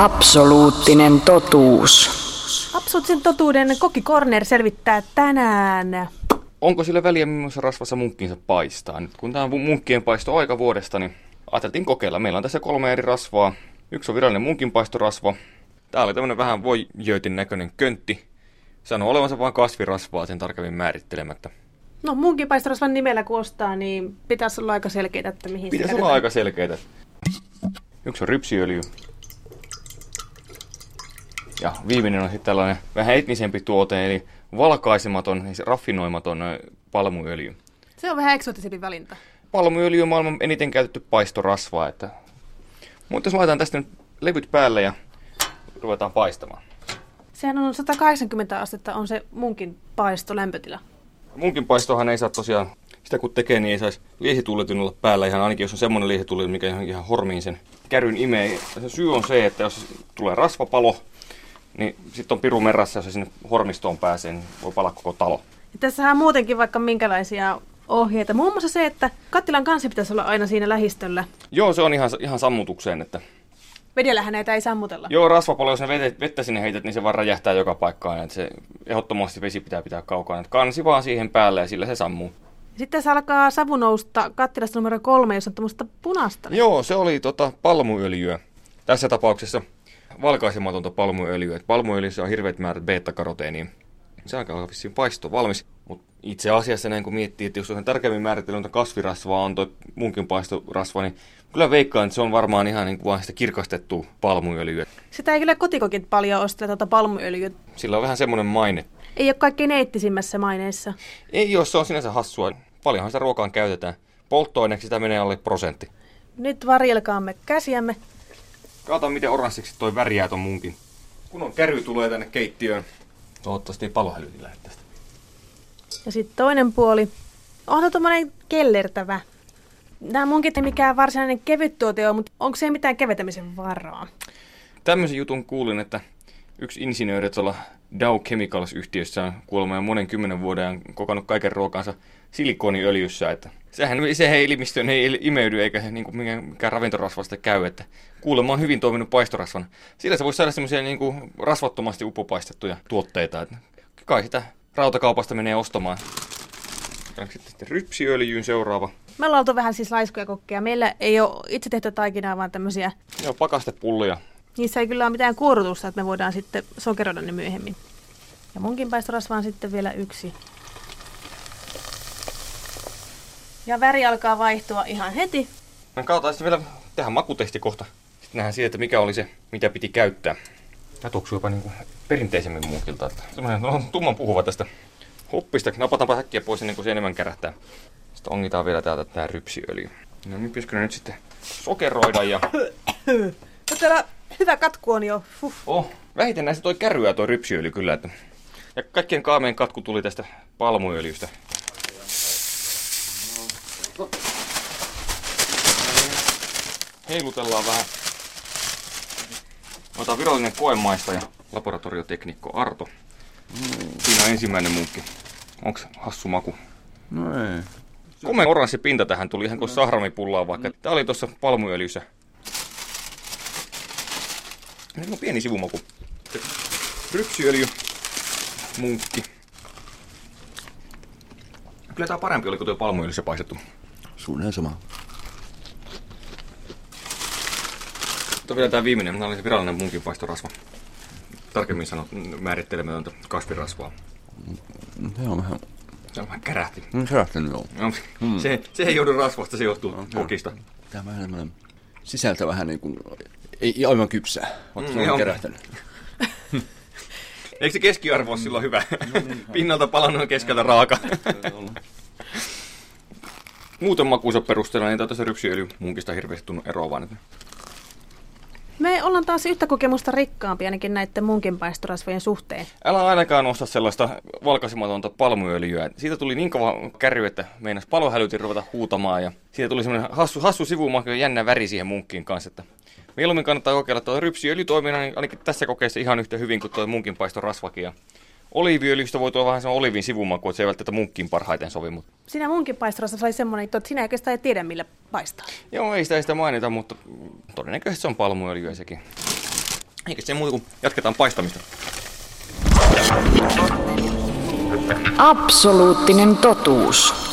Absoluuttinen totuus. Absoluuttisen totuuden Kokki Corner selvittää tänään. Onko sillä väliä, millaisessa rasvassa munkkinsa paistaa? Nyt kun tämä on munkkien paisto-aika vuodesta, niin ajateltiin kokeilla. Meillä on tässä 3 eri rasvaa. Yksi on virallinen munkinpaistorasva. Tää oli tämmönen vähän voijöitin näköinen köntti. Sanoo olevansa vain kasvirasvaa sen tarkemmin määrittelemättä. No munkinpaistorasvan nimellä kun ostaa, niin pitäisi olla aika selkeitä, että mihin Pitäisi se olla käytetään. aika selkeitä. Yksi on rypsiöljy. Ja viimeinen on sitten tällainen vähän etnisempi tuote, eli valkaisematon, raffinoimaton palmuöljy. Se on vähän eksoottisempi valinta. Palmuöljy on maailman eniten käytetty paistorasvaa. Mutta jos laitetaan tästä nyt levyt päälle ja ruvetaan paistamaan. Sehän on 180 astetta on se munkin paisto lämpötila. Munkinpaistohan ei saa tosiaan, sitä kun tekee, niin ei saisi liesituuletin olla päällä, ihan ainakin jos on semmoinen liesituuletin, mikä ihan hormiin sen käryn imee. Se syy on se, että jos tulee rasvapalo, niin sitten on piru merrassa, jos se sinne hormistoon pääsee, niin voi palaa koko talo. Ja tässähän on muutenkin vaikka minkälaisia ohjeita. Muun muassa se, että kattilan kansi pitäisi olla aina siinä lähistöllä. Joo, se on ihan sammutukseen, että Vedellähän näitä ei sammutella. joo, rasvapalo, jos ne vettä sinne heität, niin se vaan räjähtää joka paikkaan. Että se ehdottomasti vesi pitää kaukana. Että kansi vaan siihen päälle ja sillä se sammuu. Sitten tässä alkaa savu nousta kattilasta numero 3, jos on tämmöistä punaista. Joo, se oli palmuöljyä. Tässä tapauksessa valkaisematonta palmuöljyä. Palmuöljyssä on hirveät määrät beta-karoteenia. Se alkaa vissiin paisto valmis. Mutta itse asiassa näin kun miettii, että jos on tarkemmin määrittelyä kasvirasvaa on tuo munkin paistorasva, niin kyllä veikkaan, että se on varmaan ihan niin kuin vaan sitä kirkastettua palmuöljyä. Sitä ei kyllä kotikokit paljon ostele palmuöljyä. Sillä on vähän semmoinen maine. Ei ole kaikkein eettisimmässä maineessa. Ei ole, se on sinänsä hassua. Paljonhan sitä ruokaan käytetään. Polttoaineeksi sitä menee alle 1%. Nyt varjelkaamme käsiämme. Katsotaan miten oranssiksi toi värjää ton munkin. Kun on käry tulee tänne keittiöön. Toivottavasti ei palohälytin lähde tästä. Ja sitten toinen puoli. On tommonen kellertävä. Nämä munkit ei mikään varsinainen kevyt tuote ole, mutta onko se mitään kevetämisen varaa? Tämmöisen jutun kuulin, että yksi insinööri tuolla Dow Chemicals-yhtiössä on kuulemma jo monen 10 vuoden ajan kokannut kaiken ruokansa silikoniöljyssä. Että se ei elimistöön ei imeydy eikä niin kuin mikään ravintorasvasta käy. Että kuulemma on hyvin toiminut paistorasvana. Sillä se voisi saada semmoisia niin kuin rasvattomasti upopaistettuja tuotteita. Että kai sitä rautakaupasta menee ostamaan. Sitten rypsiöljyyn seuraava. Me ollaan oltu vähän siis laiskoja kokkeja. Meillä ei ole itse tehty taikinaa, vaan tämmöisiä. Joo, pakastepulloja. Niissä ei kyllä ole mitään kuorutusta, että me voidaan sitten sokeroida ne myöhemmin. Ja munkin paistorasva on sitten vielä yksi. Ja väri alkaa vaihtua ihan heti. Me katsotaan sitten vielä tehdä makutesti kohta. Sitten nähdään siitä, että mikä oli se, mitä piti käyttää. Tämä tuoksuu jopa niin kuin perinteisemmin munkilta. Semmoinen tumman puhuva tästä hoppista. Napataanpa häkkiä pois ennen kuin se enemmän kärähtää. Sitten ongitaan vielä täältä tää rypsiöljy. No niin, pitäisikö ne nyt sitten sokeroida ja No täällä hyvä katku on jo. vähiten näistä toi käryä toi rypsiöljy kyllä. Että ja kaikkien kaameen katku tuli tästä palmuöljystä. Heilutellaan vähän. Otetaan virallinen koemaistaja, laboratorioteknikko Arto. Siinä on ensimmäinen munkki. Onks hassu maku? No ei. Komea oranssi pinta tähän tuli ihan kuin sahramipullaa vaikka. Tää oli tuossa palmuöljyssä. Nyt on pieni sivumaku. Rypsiöljy, munkki. Kyllä tää parempi oli kuin tuo palmuöljyssä paistettu. Suunnilleen sama. Sitten on vielä tää viimeinen, tää oli se virallinen munkinpaistorasva. Tarkemmin määrittelemätöntä kasvirasvaa. Se on vähän... Se on vähän kärähti. Kärähtänyt joo. No, se ei joudu rasvasta, se johtuu kokista. Tää on vähän tämmönen sisältä vähän niin kuin... Ei aivan kypsää, vaikka se on kärähtänyt. Eikö se keskiarvo ole silloin hyvä? Pinnalta palannut keskeltä raaka. Muuten makuunsa perusteella niin tässä rypsiöljymunkista hirveästi tunnu eroavan. Me ollaan taas yhtä kokemusta rikkaampia ainakin näiden munkinpaistorasvojen suhteen. Älä ainakaan osta sellaista valkaisematonta palmuöljyä. Siitä tuli niin kova käry, että meinas palohälytin ruveta huutamaan. Ja siitä tuli semmoinen hassu sivumaku ja jännä väri siihen munkkiin kanssa. Että mieluummin kannattaa kokeilla, että tuo rypsiöljy toimii ainakin tässä kokeessa ihan yhtä hyvin kuin tuo munkinpaistorasvakin. Ja oliiviöljystä voi tulla vähän semmoinen oliivin sivumaku, että se ei välttämättä munkkiin parhaiten sovi. Mutta Siinä munkinpaistorasvassa oli semmoinen, että sinä oikeastaan ei tiedä millä paistaa. joo, ei sitä mainita, mutta todennäköisesti se on palmuöljyä sekin. Eikä se muuta kuin jatketaan paistamista. Absoluuttinen totuus.